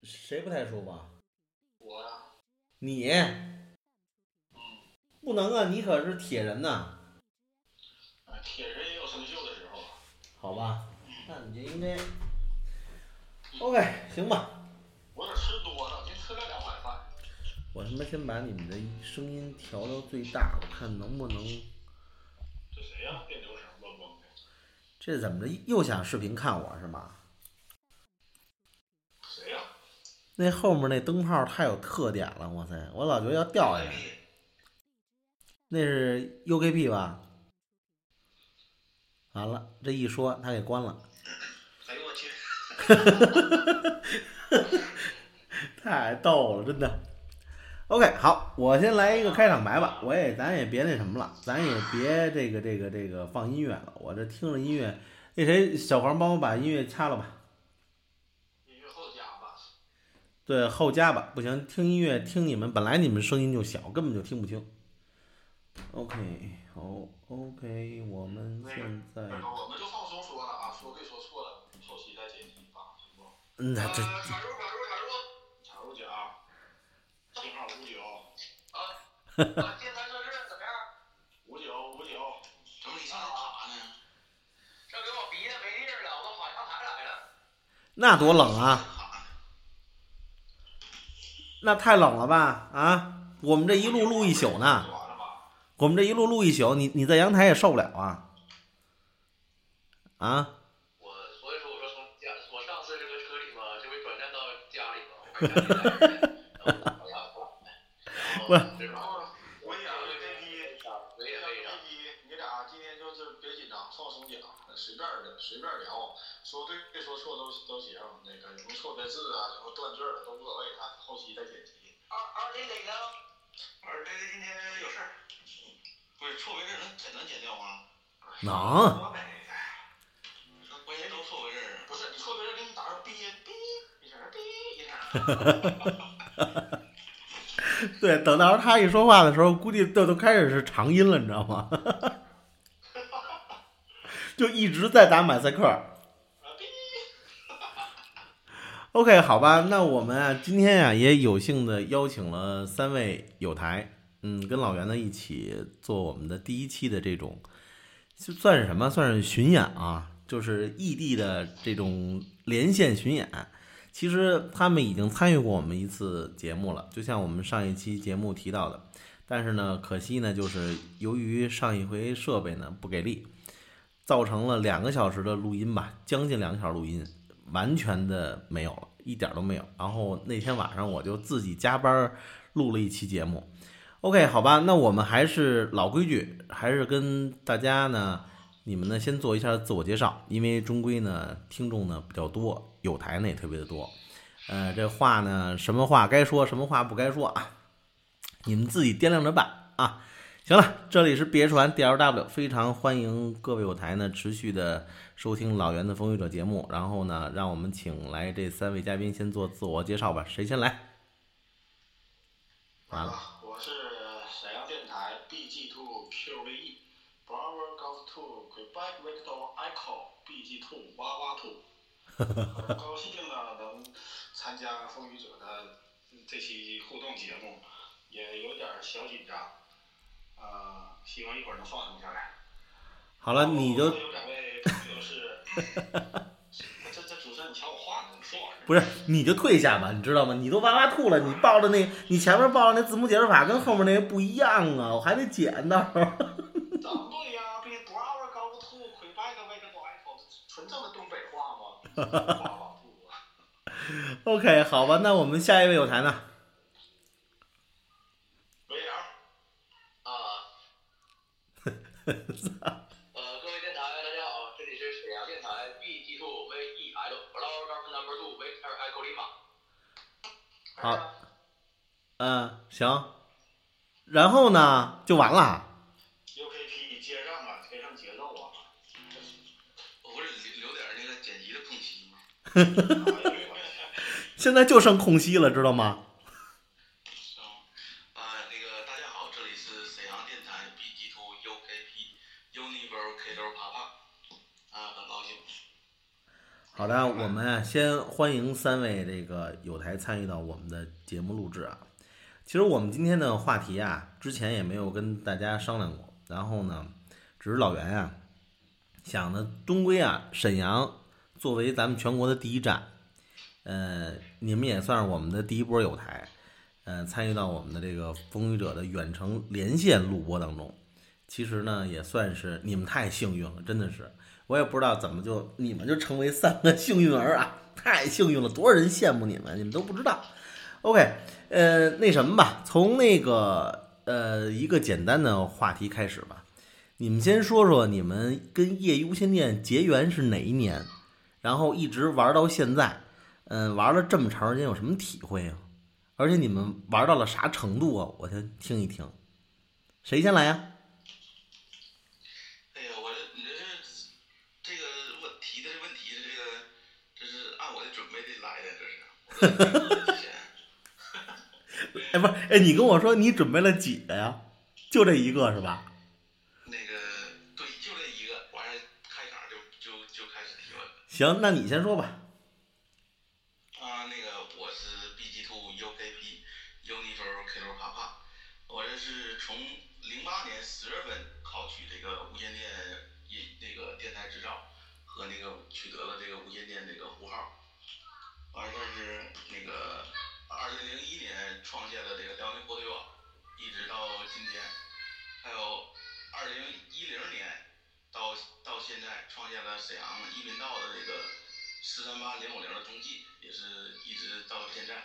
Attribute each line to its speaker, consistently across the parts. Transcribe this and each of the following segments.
Speaker 1: 谁不太舒服啊？
Speaker 2: 我呀，
Speaker 1: 你
Speaker 2: 嗯，
Speaker 1: 不能啊，你可是铁人呐。
Speaker 2: 铁人也有生锈的时候啊。
Speaker 1: 好吧，那你就应该 OK 行吧。
Speaker 2: 我有点吃多了，今天吃了2碗饭。
Speaker 1: 我他妈先把你们的声音调到最大，我看能不能。
Speaker 2: 这谁呀？电流声嗡嗡的。
Speaker 1: 这怎么着又想视频看我是吗？
Speaker 2: 谁呀？
Speaker 1: 那后面那灯泡太有特点了，哇塞，我老觉得要掉下来。那是 UKP 吧？完了，这一说他给关了。
Speaker 2: 哎呦我去！
Speaker 1: 太逗了，真的。OK， 好，我先来一个开场白吧。咱也别那什么了，咱也别这个放音乐了。我这听着音乐，那谁小黄帮我把音乐掐了吧。
Speaker 2: 音乐后加吧。
Speaker 1: 对，后加吧，不行，听音乐听你们本来你们声音就小，根本就听不清。OK， 好 ，OK， 我们现在，
Speaker 2: 我们就放松说了啊，说对说错了，后期再剪辑吧，行不？
Speaker 1: 那这
Speaker 2: 插入讲，信号59啊，电台测试怎么样？59，怎么你上来打呢？这给我逼的没地儿了，我都跑阳台来了。
Speaker 1: 那多冷啊！那太冷了吧？啊，我们这一路录一宿呢。我们这一路录一宿，你在阳台也受不了啊！啊！
Speaker 2: 所以说我说我上次这个车里嘛，就被转站到家里嘛，
Speaker 1: 不是，
Speaker 2: 然后我也这批，你俩今天就是别紧张，放松讲，随便聊，说对说错都行，那个有什么错别字啊，什么断句的都无所谓，他后期再剪辑。二弟呢？二弟今天有事儿。不是错别字能剪掉吗？
Speaker 1: 能。
Speaker 2: 关键都错别字，不是你错别字给你打上哔一声。
Speaker 1: 对，等到时候他一说话的时候，估计都开始是长音了，你知道吗？就一直在打马赛克。OK， 好吧，那我们啊，今天呀也有幸的邀请了3位友台，跟老袁呢一起做我们的第1期的这种，就算是什么，算是巡演啊，就是异地的这种连线巡演。其实他们已经参与过我们一次节目了，就像我们上一期节目提到的，但是呢，可惜呢，就是由于上一回设备呢不给力，造成了2个小时的录音吧，将近2个小时录音，完全的没有了，一点都没有。然后那天晚上我就自己加班录了一期节目。OK， 好吧，那我们还是老规矩，还是跟大家呢，你们呢先做一下自我介绍，因为终归呢听众呢比较多，友台呢也特别的多。这话呢，什么话该说，什么话不该说啊，你们自己掂量着办啊。行了，这里是 BH 玩 DLW， 非常欢迎各位友台呢持续的收听老袁的风雨者节目。然后呢，让我们请来这3位嘉宾先做自我介绍吧，谁先来？完了，
Speaker 2: 我是沈阳电台 BG2QVE Bravo Golf 2 Quebec Victor Echo BG2 哇哇兔，很高兴呢能参加风雨者的这期互动节目，也有点小紧张。希望一会儿能放松下来。
Speaker 1: 好了，你就
Speaker 2: 有2位朋友是，这主持人你抢我话呢，你说玩意儿？
Speaker 1: 不是，你就退下吧，你知道吗？你都哇哇吐了，你报的那，你前面报的那字母解释法跟后面那个不一样啊，我还得剪到时候。
Speaker 2: 怎么对呀？比 Bravo 高个兔，魁拜个威个多爱口，纯正的东北话吗？哇哇兔。
Speaker 1: OK， 好吧，那我们下一位有台呢？
Speaker 2: 各位电台，大家好，这里是沈阳电台 BG2VEL Flower Garden Number 2 Victor Echo Lima。
Speaker 1: 好，行，然后呢就完了。
Speaker 2: UKP 接上啊，接上节奏啊，我不是留点那个剪辑的空隙吗？
Speaker 1: 现在就剩空隙了，知道吗？ 好的，我们啊先欢迎3位这个有台参与到我们的节目录制啊。其实我们今天的话题啊，之前也没有跟大家商量过，然后呢，只是老袁啊想的，终归啊沈阳作为咱们全国的第一站，你们也算是我们的第一波有台，参与到我们的这个风雨者的远程连线录播当中。其实呢，也算是你们太幸运了，真的是，我也不知道怎么你们就成为3个幸运儿啊，太幸运了，多少人羡慕你们，你们都不知道。OK，那什么吧，从那个一个简单的话题开始吧。你们先说说你们跟业余无线电结缘是哪一年，然后一直玩到现在，玩了这么长时间有什么体会啊？而且你们玩到了啥程度啊？我先听一听，谁先来呀？
Speaker 2: 哎呀，你这个提的问题这是按我的准备的来的，这是。
Speaker 1: 哎，不是，哎，你跟我说你准备了几个呀？就这一个是吧？
Speaker 2: 那个对，就这一个，完了开场就开始提问。
Speaker 1: 行，那你先说吧。
Speaker 2: 那个我是 BG2 UKP Unifor Kilo Papa， 我这是从08年10月份考取这个无线电那个电台执照和那个取得了这个无线电这个呼号，完事是那个2001年创建了这个辽宁国队网，一直到今天，还有2010年到现在创建了沈阳一频道的这个438-050的中继，也是一直到现在。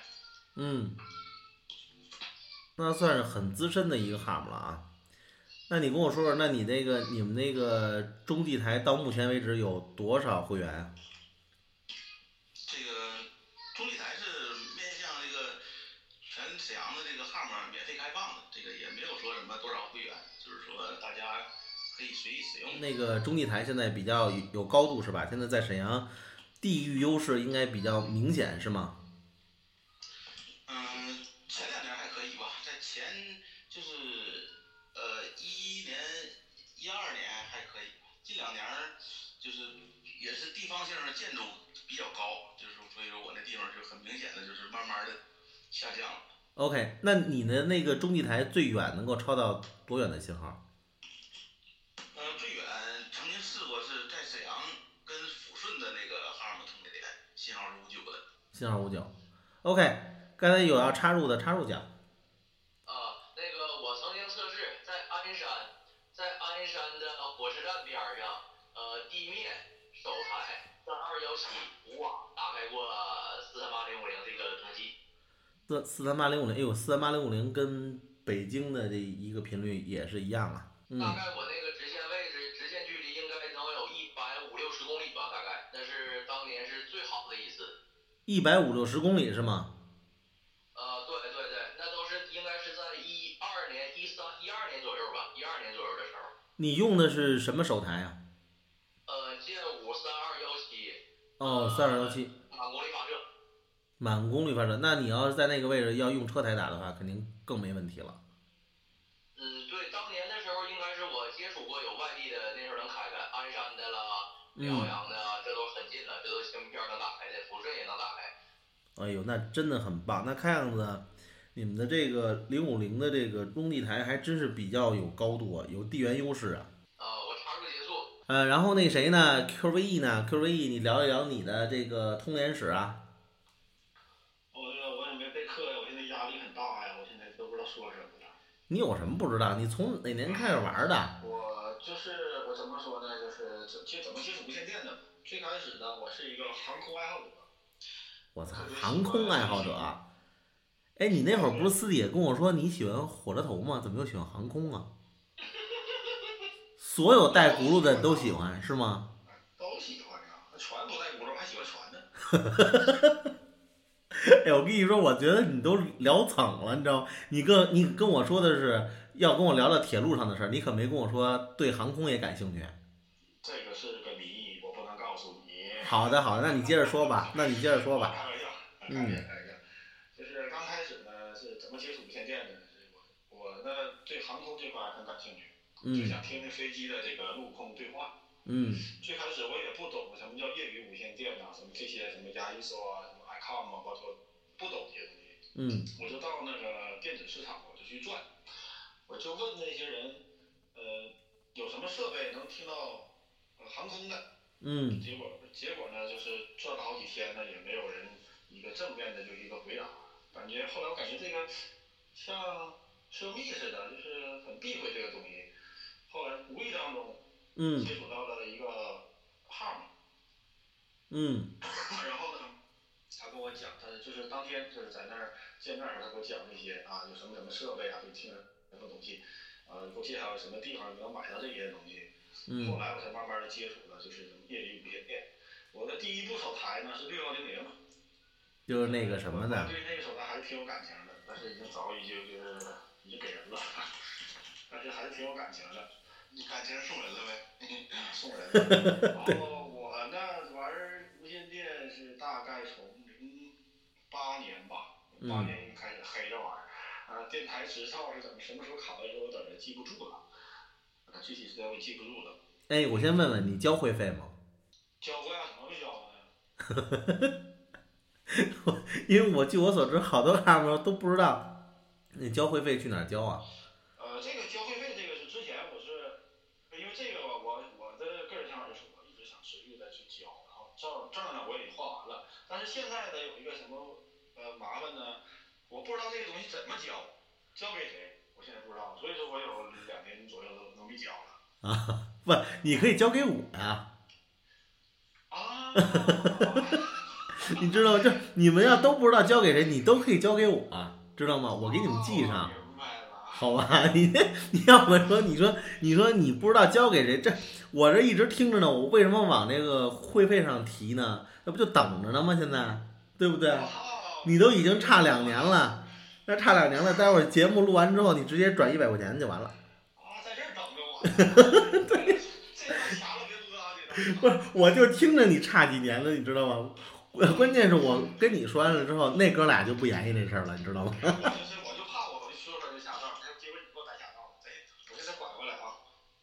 Speaker 1: 那算是很资深的一个哈姆了啊。那你跟我说说，那你们那个中继台到目前为止有多少会员啊？
Speaker 2: 这个中继台是面向这个全沈阳的这个号码免费开放的，这个也没有说什么多少会员，就是说大家可以随意使用。
Speaker 1: 那个中继台现在比较有高度是吧？现在在沈阳地域优势应该比较明显是吗？
Speaker 2: 前2年还可以吧，在前就是11年、12年还可以，近2年就是也是地方性建筑比较高，就是所以说我那地方就很明显的就是慢慢的下降了。
Speaker 1: OK，那你的那个中继台最远能够超到多远的信号？
Speaker 2: 最远曾经试过是在沈阳跟抚顺的那个号码通的点，信号是59的。
Speaker 1: 信号59。OK，刚才有要插入的，插入讲。
Speaker 3: 那个我曾经测试在鞍山的火车站边上，地面首台3217无网打开过438-050这个中继。
Speaker 1: 438-050，哎呦，438-050跟北京的这一个频率也是一样啊。
Speaker 3: 大概我那个直线位置、直线距离应该能有150-160公里吧，大概，那是当年是最好的一次。
Speaker 1: 150-160公里是吗？
Speaker 3: 对对对，那都是应该是在12年、12年左右吧，12年左右的时候。
Speaker 1: 你用的是什么手台啊？
Speaker 3: 剑舞3217。
Speaker 1: 哦，3217。
Speaker 3: 满功率发射。
Speaker 1: 满功率发射，那你要是在那个位置要用车台打的话，肯定更没问题了。
Speaker 3: 对，当年的时候应该是我接触过有外地的，那时候能开鞍山的啦、辽阳的，这都很近了，这都芯片能打开的，抚顺也能打开。
Speaker 1: 哎呦，那真的很棒。那看样子，你们的这个050的这个中继台还真是比较有高度啊，有地缘优势啊。
Speaker 3: 我插入结束。
Speaker 1: 然后那谁呢 ？QVE 呢 ？QVE，你聊一聊你的这个通联史啊。
Speaker 2: 我也没备课呀，我现在压力很大呀，我现在都不知道说什么了。
Speaker 1: 你有什么不知道？你从哪年开始玩的？
Speaker 2: 我怎么说呢？就是怎么接触无线电的？最开始呢，我是一个航空爱好者。
Speaker 1: 我操，航空爱好者。哎，你那会儿不是私底下跟我说你喜欢火车头吗？怎么又喜欢航空啊？所有带轱辘的都喜欢是吗？
Speaker 2: 都喜欢呀，船不带轱辘，还喜欢船呢。
Speaker 1: 哎，我跟你说，我觉得你都聊蹭了，你知道吗？你跟我说的是要跟我聊聊铁路上的事儿，你可没跟我说对航空也感兴趣。
Speaker 2: 这个是个谜，我不能告诉你。
Speaker 1: 好的，那你接着说吧。
Speaker 2: 开玩笑，开玩笑。
Speaker 1: 嗯。
Speaker 2: 就是刚开始呢，是怎么接触无线电的呢？我呢对航空这块很感兴趣，就想听听飞机的这个路控对话。 最开始我也不懂什么叫业余无线电啊，什么这些什么亚 ISO 啊，什么 ICOM 啊，包括不懂这些东西。我就到那个电子市场我就去转，我就问那些人，有什么设备能听到航空的？结果呢，就是转了好几天呢，也没有人一个正面的就一个回答。后来我感觉这个像涉密似的，就是很避讳这个东西。后来无意当中，接触到了一个号码，然后呢，他跟我讲，他就是当天就是在那儿见面，他给我讲那些啊，有什么设备啊，就听什么东西，给我介绍什么地方能买到这些东西。后来我才慢慢的接触了，就是业余无线电。我的第一部手台呢是6100，
Speaker 1: 就是那个什么的。
Speaker 2: 对那个手台还是挺有感情的，但是已经早已经给人了，但是还是挺有感情的。你感情送人了呗？送人了。然后我呢玩无线电是大概从08年吧，08年开始黑着玩。电台执照是什么时候考的？我等着记不住了。具体时间我也记不住了。
Speaker 1: 哎，我先问问你交会费吗？
Speaker 2: 交过呀，怎么没交呢？
Speaker 1: 因为据我所知，好多哈姆都不知道你交会费去哪儿交啊？
Speaker 2: 这个交会费这个是之前我是因为这个我的个人想法就是我一直想持续的去交，然后证呢我也花完了，但是现在的有一个什么麻烦呢？我不知道这个东西怎么交给谁，我现在不知道，所以说我有2年左右都没交了。
Speaker 1: 啊，不，你可以交给我呀。你知道吗？就你们要都不知道交给谁，你都可以交给我，知道吗？我给你们记上，好吧？你要么说你说你不知道交给谁，我这一直听着呢，我为什么往这个会费上提呢？那不就等着呢吗？现在对不对？你都已经差2年了，那差2年了，待会儿节目录完之后，你直接转100块钱就完了。
Speaker 2: 在这儿等着我。对，这个掐了别勒的。
Speaker 1: 不是，我就听着你差几年了，你知道吗？关键是我跟你说完了之后，那哥俩就不研究这事儿了，你知道吗？
Speaker 2: 我就怕我说就下道，结果你给我逮下道，我给他拐过来啊。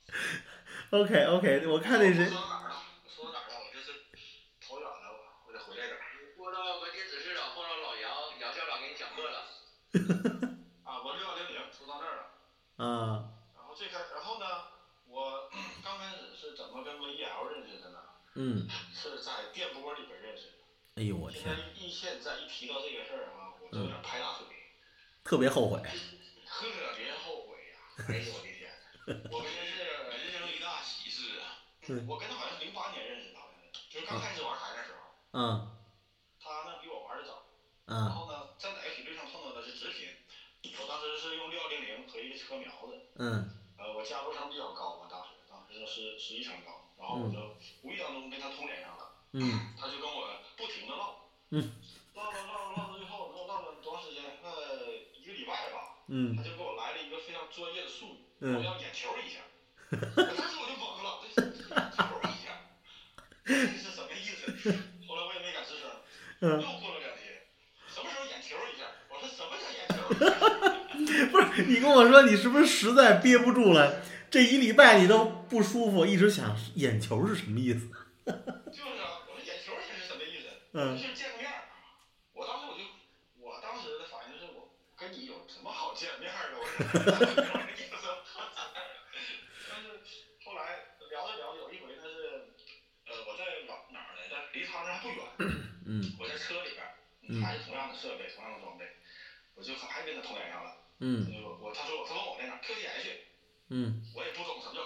Speaker 1: OK， 我看那谁。
Speaker 2: 说到哪儿了？我这是头远了，我得回来点。
Speaker 3: 说到个电子市场，碰到老杨校长给你讲课了。
Speaker 2: 我6100说到那儿了。然后呢，我刚开始是怎么跟 VEL 认识的呢？是在电波里边认识的。
Speaker 1: 哎呦我天！
Speaker 2: 现在一提到这个事儿我就有点拍大腿，
Speaker 1: 特别后悔。
Speaker 2: 特别后悔呀！哎呦我的天！我跟他是人生一大喜事啊！我跟他好像是08年认识的，就是刚开始玩台的时候。他呢比我玩的早。然后呢，在哪个频率上碰到的是直频？我当时是用6100和一个车苗子。我加入声比较高嘛，当时是11声高，然后我就无意当中跟他通连上了。他就跟我不停的唠。唠到最后，唠了多长时间？1个礼拜吧。他就给我来了一个非常专业的术语，我要眼球一下。当时我就懵了，这眼球一下，这是什么意思？后来我也没敢吱声。又过了2天，什么时候眼球一下？我说什么叫眼球一下？
Speaker 1: 不是，你跟我说你是不是实在憋不住了？这1礼拜你都不舒服，一直想眼球是什么意思？
Speaker 2: 就是啊，我说眼球是什么意思？就是见个面。我当时的反应就是我跟你有什么好见面的？我说意思。但是后来聊着聊着，有一回呢是我在哪儿来着？离他那还不远。我在车里边，还是同样的设备，同样的装备，我就还跟他通连上了。他说我在哪 ？QTH。我也不懂什么叫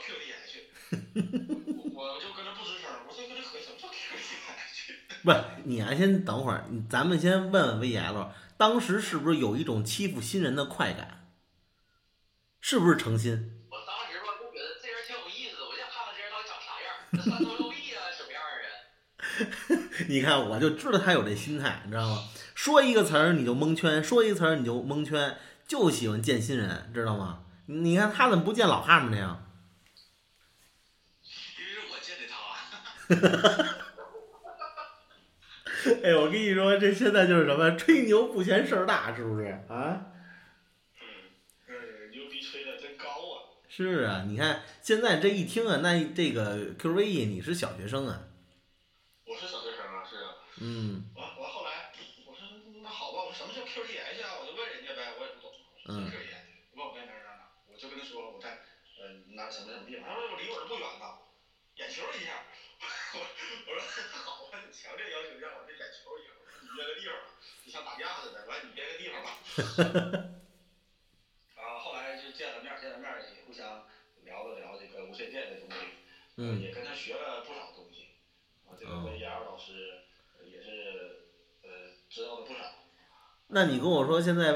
Speaker 2: QTH。我就跟他不吱声，我说跟他合什么叫 QTH？
Speaker 1: 不是，你先等会儿，咱们先问问 VL， 当时是不是有一种欺负新人的快感？是不是诚心？
Speaker 3: 我当时吧就觉得这人挺有意思的，我想看看这人到底长啥样，这3头6臂什么样的人？
Speaker 1: 你看，我就知道他有这心态，你知道吗？说一个词儿你就蒙圈，说一个词儿你就蒙圈，就喜欢见新人，知道吗？你看他怎么不见老汉们那样？
Speaker 2: 因为是我见的他。
Speaker 1: 哎，我跟你说，这现在就是什么，吹牛不嫌事儿大，是不是啊？
Speaker 2: 牛逼吹的真高啊！
Speaker 1: 是啊，你看现在这一听啊，那这个 QVE 你是小学生啊。
Speaker 2: 我是小学生啊，是啊。完后来我说那好吧，我说什么叫 QTH 啊？我就问人家呗，我也不懂。我说 QTH，问我在哪儿，我就跟他说我在哪什么地方，他说我离我这不远呢，眼球一下。我说好吧，你强烈要求让我这眼球一下，你约个地方吧，你像打架似的，完你约个地方吧。后来就见了面也互相聊了聊这个无线电的东西，也跟他学了不少东西。这个VR老师也是知道的不少。
Speaker 1: 那你跟我说，现在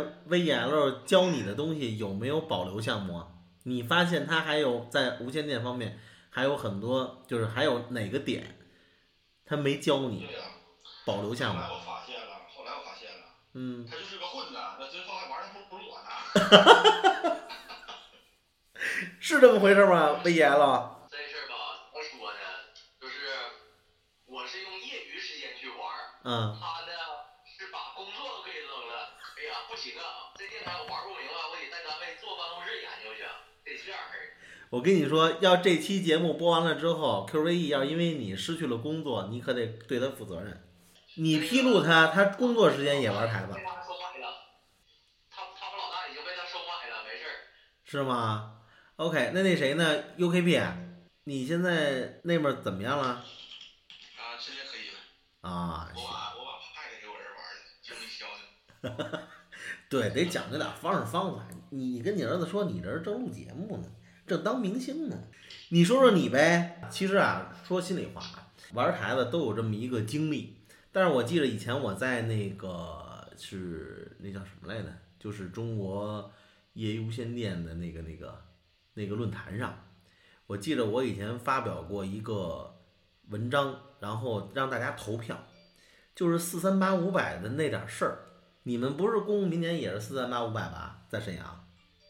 Speaker 1: VL 教你的东西有没有保留项目啊？你发现它还有在无线电方面还有很多，就是还有哪个点他没教你？
Speaker 2: 对呀，
Speaker 1: 保留项目。
Speaker 2: 后来我发现了，他就是个混子，那最后还玩的不如我呢。
Speaker 1: 是这么回事吗 ？VL
Speaker 3: 这事儿吧，怎么说呢？就是我是用业余时间去玩，他呢是把工作给扔了。哎呀，不行啊，这电台我玩不明白，我得在单位坐办公室研究去，得这样式。
Speaker 1: 我跟你说，要这期节目播完了之后 ，QVE 要因为你失去了工作，你可得对他负责任。你披露他工作时间也玩台子。
Speaker 3: 被他收买了，他们老大已经被他收买了，没事儿。
Speaker 1: 是吗 ？OK， 那谁呢 ？UKP， 你现在那边怎么样了？
Speaker 2: 现在可以了。
Speaker 1: 啊，
Speaker 2: 我把派给我儿玩了，就没消停。
Speaker 1: 对，得讲究点方法。你跟你儿子说，你这正录节目呢，正当明星呢。你说说你呗。其实啊，说心里话，玩台子都有这么一个经历。但是我记得以前我在那个那叫什么来着？就是中国业余无线电的那个论坛上，我记得我以前发表过一个文章，然后让大家投票，就是438-500的那点事儿。你们不是公共民间也是438-500吧？在沈阳。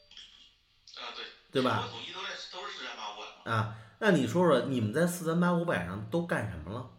Speaker 1: 对吧？
Speaker 2: 统一都是438-500
Speaker 1: 啊，那你说说你们在438-500上都干什么了？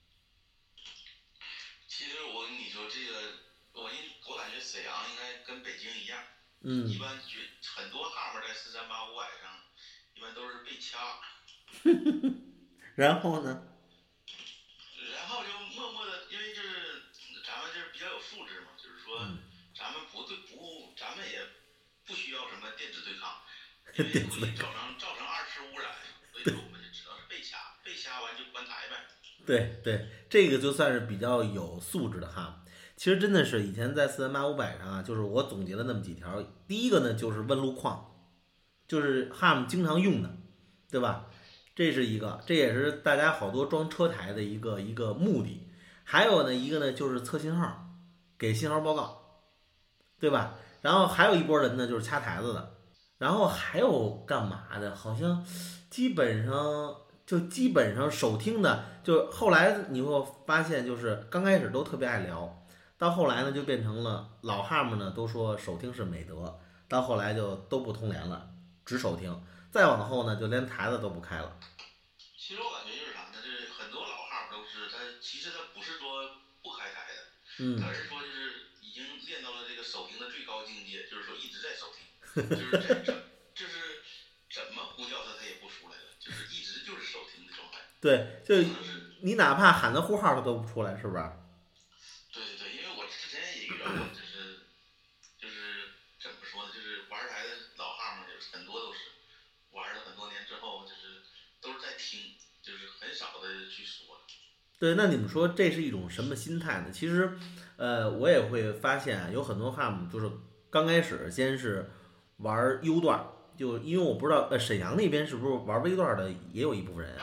Speaker 2: 其实我跟你说这个，我感觉沈阳应该跟北京一样，一般很多哈们在438-500上，一般都是被掐。
Speaker 1: 然后呢？
Speaker 2: 然后就默默的，因为就是咱们就是比较有素质嘛，就是说咱们咱们也不需要什么电子对抗，因为会造成二次污染，所以说我们就只能是被掐完就关台呗。
Speaker 1: 对，这个就算是比较有素质的哈。其实真的是以前在438-500上啊，就是我总结了那么几条。第一个呢就是问路况，就是哈姆经常用的，对吧？这是一个，这也是大家好多装车台的一个目的。还有呢一个呢就是测信号，给信号报告，对吧？然后还有一拨人呢就是掐台子的，然后还有干嘛的？好像基本上手听的，就后来你会发现，就是刚开始都特别爱聊，到后来呢就变成了老哈们呢都说手听是美德，到后来就都不通联了，只手听，再往后呢就连台子都不开了。
Speaker 2: 其实我感觉就是啥呢？就是很多老哈都是其实他不是说不开台的，而是说就是已经练到了这个手听的最高境界，就是说一直在手听，就是怎么呼叫他也不出来了，就是一直就是手听的状态。
Speaker 1: 对，就你哪怕喊他呼号他都不出来，是不是？
Speaker 2: 对，因为我之前也遇到过，就是怎么说呢？就是玩台的老哈们，就是很多都是玩了很多年之后，就是都是在听，就是很少的去说。
Speaker 1: 对，那你们说这是一种什么心态呢？其实，我也会发现有很多哈姆就是刚开始先是玩 U 段，就因为我不知道沈阳那边是不是玩 V 段的也有一部分人啊？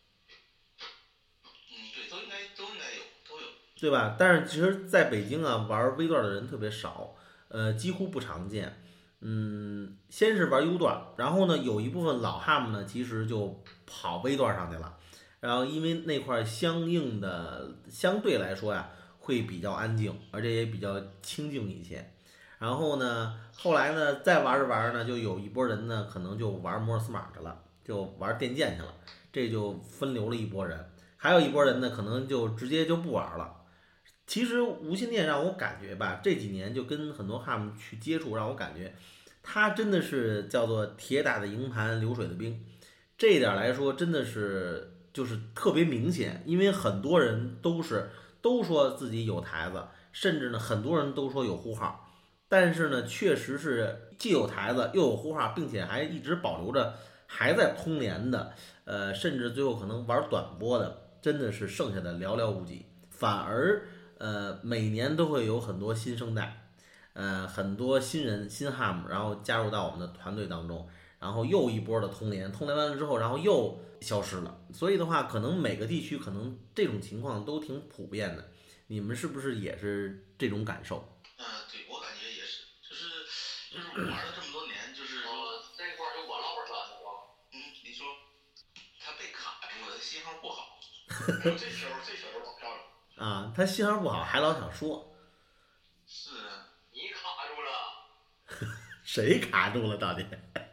Speaker 2: 对，都应该有，都有，
Speaker 1: 对吧？但是其实在北京啊，玩 V 段的人特别少，几乎不常见。先是玩 U 段，然后呢，有一部分老哈姆呢，其实就跑 V 段上去了。然后因为那块相对来说呀，会比较安静，而且也比较清静一些。然后呢，后来呢，再玩着玩着呢，就有一拨人呢，可能就玩摩尔斯码去了，就玩电键去了，这就分流了一拨人。还有一拨人呢，可能就直接就不玩了。其实无线电让我感觉吧，这几年就跟很多哈姆去接触，让我感觉它真的是叫做铁打的营盘流水的兵，这一点来说真的是就是特别明显，因为很多人都说自己有台子，甚至呢很多人都说有呼号，但是呢确实是既有台子又有呼号，并且还一直保留着还在通联的，甚至最后可能玩短波的，真的是剩下的寥寥无几，反而每年都会有很多新生代。很多新人新 ham，然后加入到我们的团队当中，然后又一波的通联，通联完了之后，然后又消失了。所以的话，可能每个地区可能这种情况都挺普遍的。你们是不是也是这种感受？
Speaker 2: 对我感觉也是，就是我玩了这么多年，就是
Speaker 3: 这块儿就我唠会儿算是吧？
Speaker 2: 你说他被卡住了，信号不好。这球老漂亮
Speaker 1: 啊，他信号不好，还老想说。
Speaker 2: 是啊，
Speaker 3: 你卡住了。
Speaker 1: 谁卡住了？到底？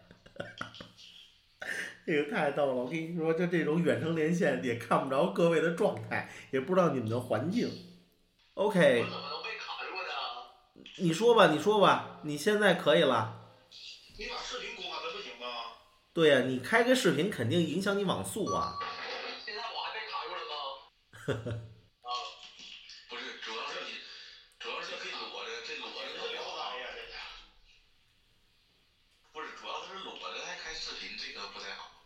Speaker 1: 这个太逗了！我跟你说，就这种远程连线也看不着各位的状态，也不知道你们的环境。OK，
Speaker 3: 我怎么能被卡住呢？
Speaker 1: 你说吧，你说吧，你现在可以了。
Speaker 2: 你把视频关了不行吗？
Speaker 1: 对呀、你开个视频肯定影响你网速啊。
Speaker 3: 现在我还被卡住了吗？啊，
Speaker 2: 不是，主要是这裸着特别好呀，不是，主要是裸着还开视频，这个不太好。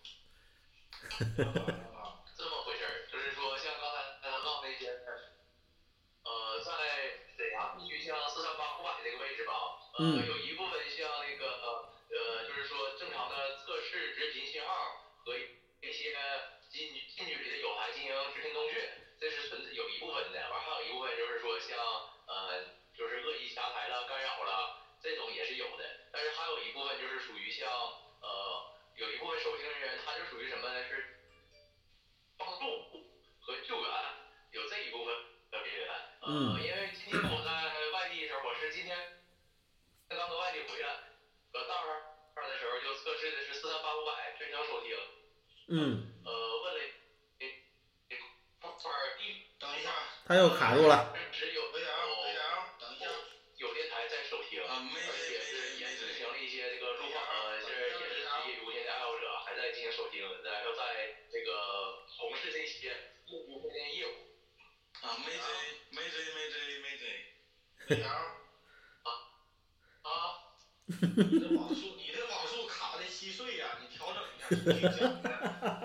Speaker 3: 这么回事儿，就是说像刚才咱唠那些，在沈阳地区，像438-500这个位置吧，有一部分像那个就是说正常的测试直频信号和一些近距离的有台进行直频通讯，这是有一部分的。完还有一部分就是说像就是恶意下台了、干扰了，这种也是有的。但是还有一部分就是属于像有一部分守信人员，他就属于什么呢？是帮助和救援，有这一部分的人员。因为今天我在外地的时候，我是今天刚从外地回来，道上的时候就测试的是438-500全程收听。问了
Speaker 2: 等一下，
Speaker 1: 他又卡住了。
Speaker 3: 只有
Speaker 2: 等一下，
Speaker 3: 有电台在收听，而且是也进行了一些这个路况，也是职业无线的爱好者还在进行收听，然后在这个从事这些无线业务。
Speaker 2: 梅阳你的网速卡的稀碎呀，你调整一下，挺讲的。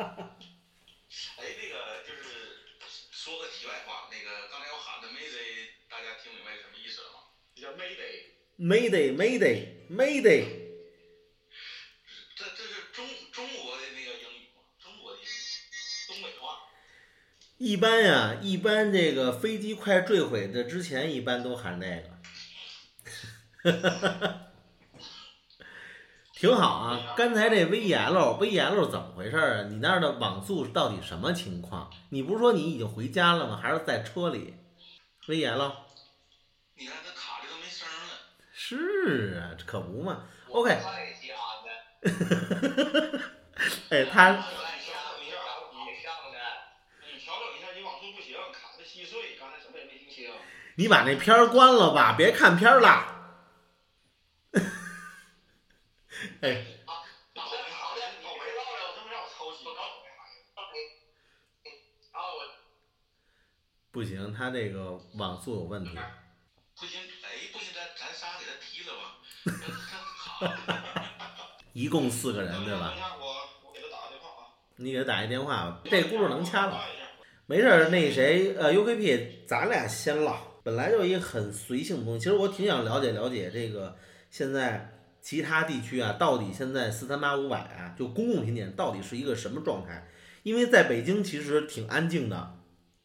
Speaker 2: 那个就是说个题外话，那个刚才我喊的 Mayday， 大家听明白什么意思了吗？叫
Speaker 1: Mayday，Mayday，Mayday。
Speaker 2: 这是中国的那个英语吗？中国的英语，东北话。
Speaker 1: 一般呀，一般这个飞机快坠毁的之前，一般都喊这个。挺好啊，刚才这 VL 怎么回事啊？你那儿的网速到底什么情况？你不是说你已经回家了吗？还是在车里 ？VL，
Speaker 2: 你看这卡的都没声了。
Speaker 1: 是啊，可不嘛。OK，哎，他
Speaker 2: 你调整一下，你网速不行，卡的稀碎，刚才什么也没听清。
Speaker 1: 你把那片儿关了吧，别看片儿了。哎，不行，他这个网速有问题。
Speaker 2: 不行，咱仨给他踢了吧。
Speaker 1: 一共4个人，对吧？
Speaker 2: 等一下，我给他打个电话啊。
Speaker 1: 你给他打一电话吧，这轱辘能掐了。没事儿，那谁，UKP， 咱俩先唠。本来就一个很随性的东西，其实我挺想了解了解这个现在其他地区啊，到底现在438-500啊，就公共频点到底是一个什么状态？因为在北京其实挺安静的。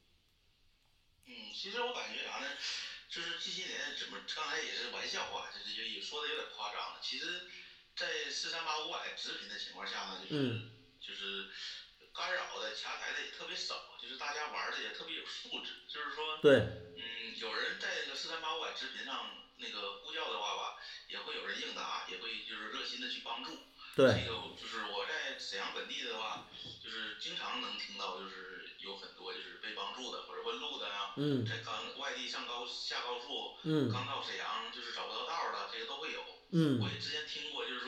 Speaker 2: 其实我感觉啥呢，就是这些年怎么刚才也是玩笑话，就是也说的有点夸张了。其实，在438-500直频的情况下呢，就是干扰的、掐台的也特别少，就是大家玩的也特别有素质。就是说，
Speaker 1: 对，
Speaker 2: 有人在这个438-500直频上那个呼叫的话吧，也会有人应答，也会就是热心的去帮助。
Speaker 1: 对，
Speaker 2: 这个就是我在沈阳本地的话，就是经常能听到，就是有很多就是被帮助的或者问路的呀，在外地下高速，刚到沈阳就是找不到道了，这个都会有。我也之前听过，就是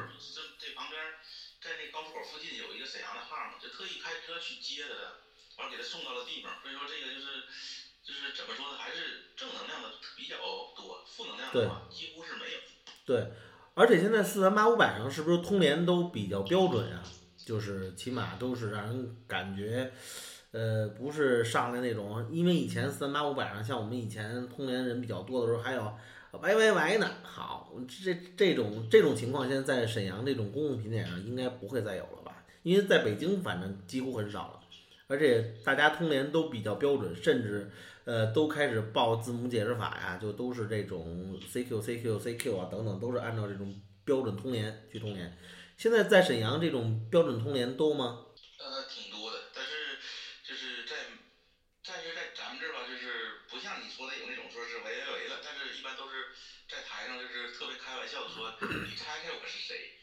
Speaker 2: 这旁边在那高速口附近有一个沈阳的号嘛，就特意开车去接他，完了给他送到了地方。所以说这个就是怎么说呢，还是正能量的比较多，负能量的话几乎是没有。
Speaker 1: 对，而且现在438-500上是不是通联都比较标准啊？就是起码都是让人感觉，不是上来那种，因为以前438-500上，像我们以前通联人比较多的时候，还有喂呢。好，这种情况，现在在沈阳这种公共频点上应该不会再有了吧？因为在北京反正几乎很少了，而且大家通联都比较标准，甚至都开始报字母解释法呀，就都是这种 CQ 啊等等，都是按照这种标准通联去通联。现在在沈阳这种标准通联多吗？
Speaker 2: 挺多的，但是就是在咱们这儿吧，就是不像你说的有那种说是喂了，但是一般都是在台上就是特别开玩笑的说，你猜猜我是谁？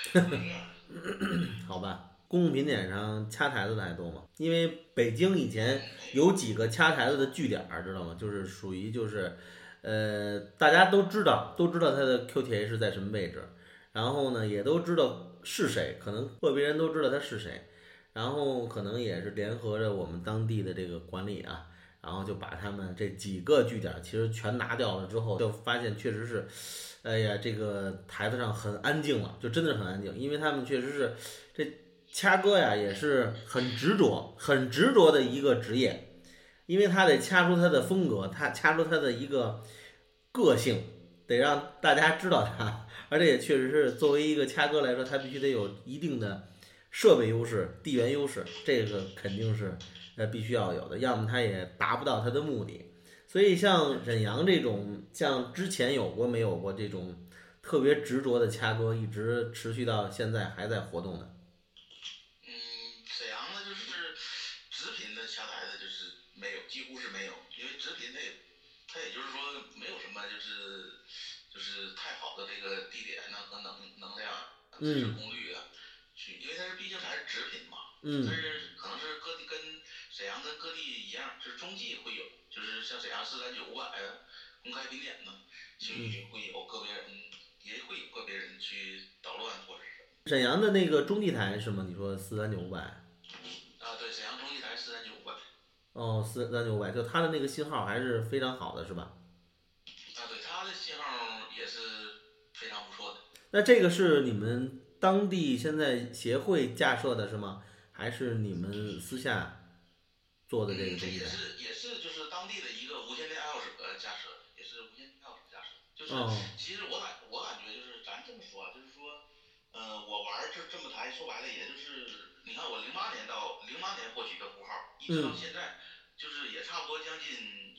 Speaker 1: 好吧，公共频点上掐台子的还多吗？因为北京以前有几个掐台子的据点，知道吗？就是属于大家都知道它的 QTH 在什么位置，然后呢，也都知道是谁，可能个别人都知道他是谁，然后可能也是联合着我们当地的这个管理啊，然后就把他们这几个据点其实全拿掉了之后，就发现确实是，哎呀，这个台子上很安静了，就真的是很安静，因为他们确实是这掐歌呀，也是很执着的一个职业，因为他得掐出他的风格，他掐出他的一个个性，得让大家知道他，而且也确实是作为一个掐歌来说，他必须得有一定的设备优势、地缘优势，这个肯定是必须要有的，要么他也达不到他的目的。所以像沈阳这种，像之前有过没有过这种特别执着的掐歌，一直持续到现在还在活动的？
Speaker 2: 沈阳呢就是直频的掐台的，就是没有，几乎是没有，因为直频它也就是说没有什么就是太好的这个地点呢和能量、支持功率啊，因为它是毕竟还是直频嘛，但是可能是各地跟沈阳跟各地一样，就是中继会有，就是像沈阳439-500的公开频点呢，其实会有个别人，也会有个别人去捣乱或者是。
Speaker 1: 沈阳的那个中继台是吗？你说439-500？
Speaker 2: 对，沈阳中继台439-500。
Speaker 1: 哦，439-500，就它的那个信号还是非常好的，是吧？
Speaker 2: 对，它的信号也是非常不错的。
Speaker 1: 那这个是你们当地现在协会架设的是吗？还是你们私下做的这个中继台？
Speaker 2: 也是就是当地的一个无线电爱好者架设的，也是无线电爱好者架设的。就是其实我感觉就是咱这么说啊，就是说，我玩这么台，说白了也就是你看我08年获取的呼号，一直到现在，就是也差不多将近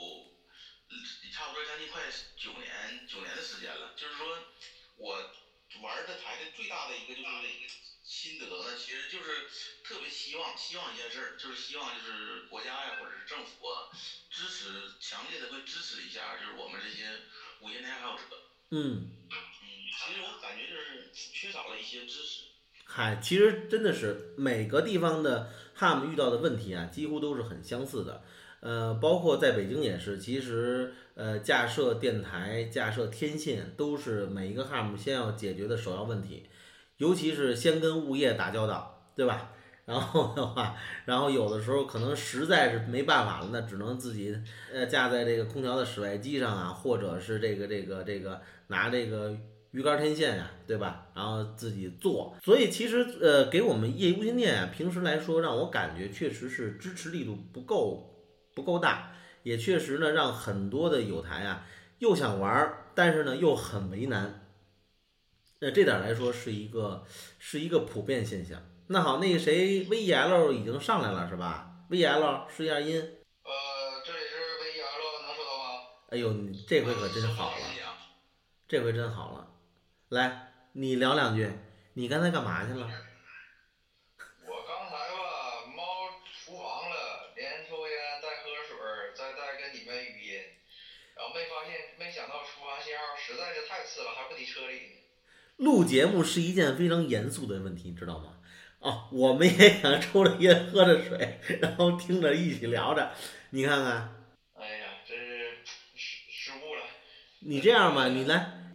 Speaker 2: 快9年的时间了。就是说我玩这台的最大的一个心得呢，其实就是特别希望一件事，就是希望就是国家呀或者是政府啊强烈的会支持一下，就是我们这些无线电爱好者。其实我感觉就是缺少了一些支持。
Speaker 1: 嗨，其实真的是每个地方的 HAM 遇到的问题啊，几乎都是很相似的。包括在北京也是，其实架设电台、架设天线都是每一个 HAM 先要解决的首要问题，尤其是先跟物业打交道，对吧？然后的话，然后有的时候可能实在是没办法了，那只能自己架在这个空调的室外机上啊，或者是这个拿这个鱼竿天线呀，对吧？然后自己做。所以其实给我们业余无线电啊，平时来说让我感觉确实是支持力度不够大，也确实呢让很多的友台啊又想玩，但是呢又很为难。这点来说是一个普遍现象。那好，那个谁 VEL 已经上来了是吧 ？VEL 试一下音。
Speaker 3: 这里是 VEL， 能收到吗？
Speaker 1: 哎呦，你这回可真好了，这回真好了。来，你聊两句，你刚才干嘛去了？
Speaker 3: 我刚才吧，猫厨房了，连抽烟带喝水，再跟你们语音，然后没想到厨房信号实在是太次了，还不抵车里呢。
Speaker 1: 录节目是一件非常严肃的问题，你知道吗？哦，我们也想抽着烟喝着水，然后听着一起聊着，你看看。
Speaker 3: 哎呀，这是失误了。
Speaker 1: 你这样吧，你来，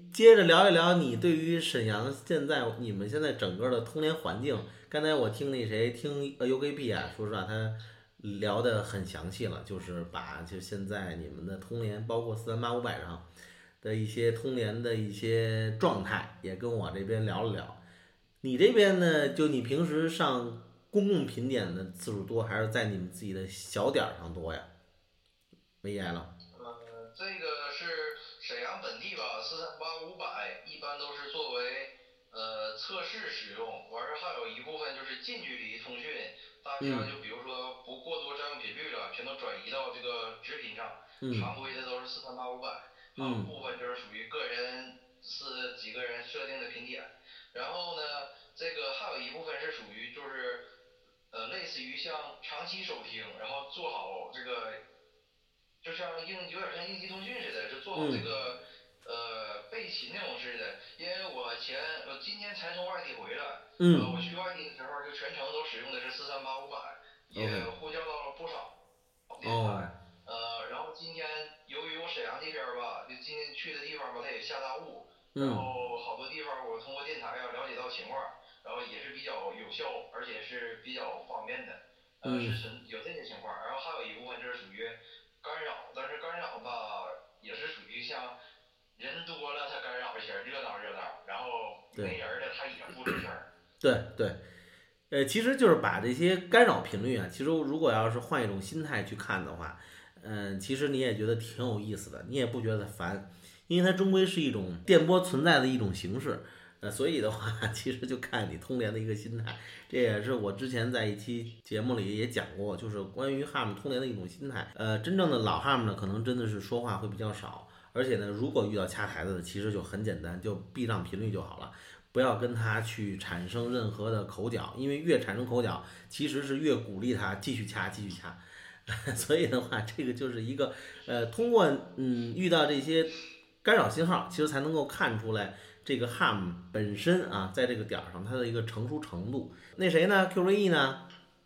Speaker 1: 接着聊一聊你对于沈阳你们现在整个的通联环境。刚才我听听UKP 啊，说实话他聊得很详细了，就是把就现在你们的通联，包括438-500上的一些通联的一些状态，也跟我这边聊了聊。你这边呢，就你平时上公共频点的次数多，还是在你们自己的小点上多呀？没言了。
Speaker 3: 这个是沈阳本地吧，438-500一般都是作为测试使用，完事还有一部分就是近距离通讯，大家就比如说不过多占用频率了，全都转移到这个直频上，常规的都是438-500，还有部分就是属于个人是几个人设定的频点，然后呢，这个还有一部分是属于就是类似于像长期收听，然后做好这个。就像有点像应急通讯似的，就做好这个备勤那种似的。因为我今年才从外地回来，我去外地的时候就全程都使用的是438-500，也呼叫到了不少电台。然后今天由于我沈阳这边吧，就今天去的地方吧，它也下大雾，然后好多地方我通过电台了解到情况，然后也是比较有效，而且是比较方便的。是有这些情况，然后还有一部分就是属于干扰，但是干扰吧也是属于像人多了它干扰一下，热闹热闹，然后没人的它也不吱声。
Speaker 1: 对对，其实就是把这些干扰频率啊，其实如果要是换一种心态去看的话，其实你也觉得挺有意思的，你也不觉得烦，因为它终归是一种电波存在的一种形式。所以的话，其实就看你通联的一个心态，这也是我之前在一期节目里也讲过，就是关于 HARM 通联的一种心态。真正的老 HARM 呢，可能真的是说话会比较少，而且呢，如果遇到掐台子的，其实就很简单，就避让频率就好了，不要跟他去产生任何的口角，因为越产生口角，其实是越鼓励他继续掐，继续掐。所以的话，这个就是一个通过遇到这些干扰信号，其实才能够看出来。这个 HARM 本身啊，在这个点上它的一个成熟程度。那谁呢 ？QVE 呢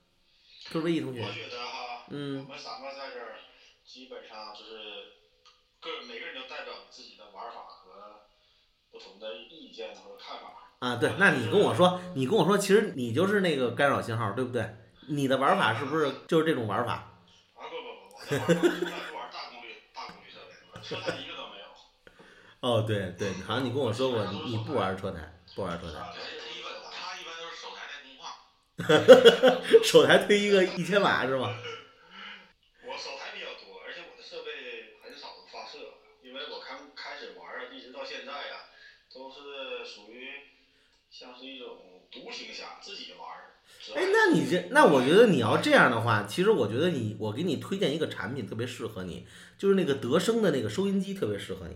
Speaker 1: ？QVE 同学，
Speaker 2: 我觉得哈，我们三个在这儿基本上就是每个人都代表自己的玩法和不同的意见和看法
Speaker 1: 啊。对，那你跟我说，其实你就是那个干扰信号，对不对？你的玩法是不是就是这种玩法？
Speaker 2: 啊不，我的玩法从来不玩大功率设备，车台一个都没有。
Speaker 1: 哦，对，好像你跟我说过，你不玩车台，不玩车台。
Speaker 3: 他一般都是手台在工况。
Speaker 1: 手台推一个1000瓦是吗？
Speaker 2: 我手台比较多，而且我的设备很少发射，因为我开始玩一直到现在呀，都是属于像是一种独行侠，自己玩。
Speaker 1: 那我觉得你要这样的话，其实我觉得我给你推荐一个产品特别适合你，就是那个德生的那个收音机特别适合你。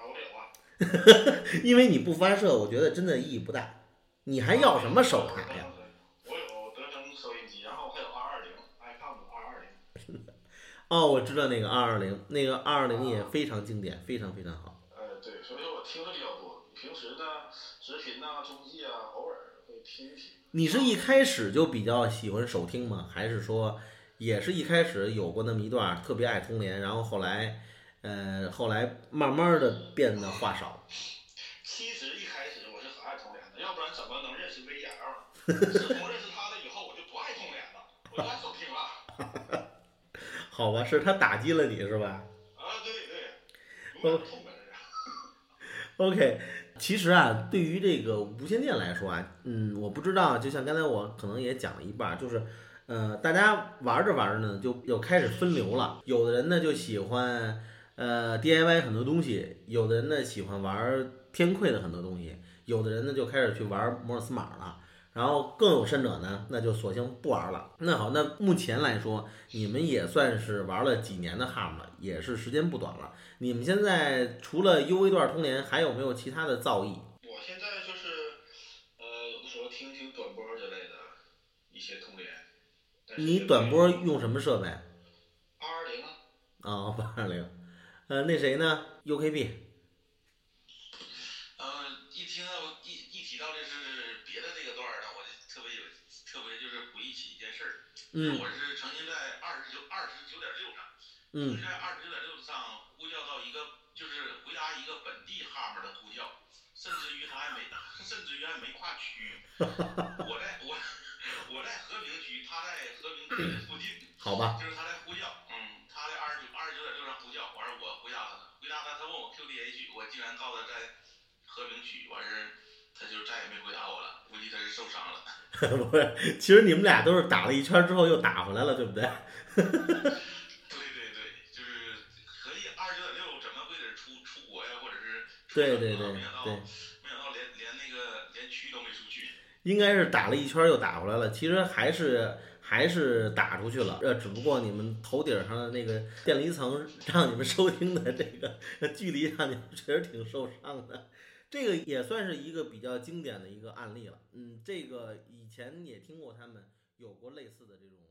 Speaker 1: 因为你不发射，我觉得真的意义不大。你还要什么手台呀？
Speaker 2: 我有德生收音机，然后还有220 220。
Speaker 1: 哦，我知道那个220，那个220也非常经典，非常非常好。
Speaker 2: 对，所以说我听的比较多。平时呢，直频啊、中继啊，偶尔会听一听。
Speaker 1: 你是一开始就比较喜欢手听吗？还是说也是一开始有过那么一段特别爱通联，然后后来慢慢的变得话少？
Speaker 2: 其实一开始我是很爱通联的，要不然怎么能认识 VL？自从认识他了以后，我就不爱通联了，我就爱手听了。
Speaker 1: 好吧，是他打击了你是吧？
Speaker 2: 对，永远痛快着。
Speaker 1: OK， 其实啊，对于这个无线电来说啊，我不知道，就像刚才我可能也讲了一半，就是大家玩着玩着呢，就又开始分流了。有的人呢就喜欢DIY 很多东西，有的人呢喜欢玩天馈的很多东西，有的人呢就开始去玩摩尔斯码了。然后更有甚者呢，那就索性不玩了。那好，那目前来说，你们也算是玩了几年的 HARM 了，也是时间不短了。你们现在除了 UV 段通联，还有没有其他的造诣？
Speaker 2: 我现在就是有的时候听听短波之类的一些通联。
Speaker 1: 你短波用什么设备
Speaker 2: ？220啊。
Speaker 1: 哦，820。那谁呢 ？UKP。
Speaker 3: 一提到这是别的这个段呢，我就特别就是回忆起一件事儿。我是曾经在29.6上，在29.6上呼叫到一个，就是回答一个本地 HARM 的呼叫，
Speaker 2: 区，我在和平区，他在和平区的附近，
Speaker 1: 好吧，
Speaker 2: 就是他在呼叫，他在29.6上呼叫，完事我回答他，他问我 QDH， 我竟然告诉他在和平区，完事他就再也没回答我了，估计他是受伤了。
Speaker 1: 不是，其实你们俩都是打了一圈之后又打回来了，对不对？
Speaker 2: 对，就是合计29.6怎么会得出国呀，或者是
Speaker 1: 对，
Speaker 2: 没想到连区都没出去。
Speaker 1: 应该是打了一圈又打回来了，其实还是打出去了，只不过你们头顶上的那个电离层让你们收听的这个距离让你们确实挺受伤的。这个也算是一个比较经典的一个案例了。这个以前也听过他们有过类似的这种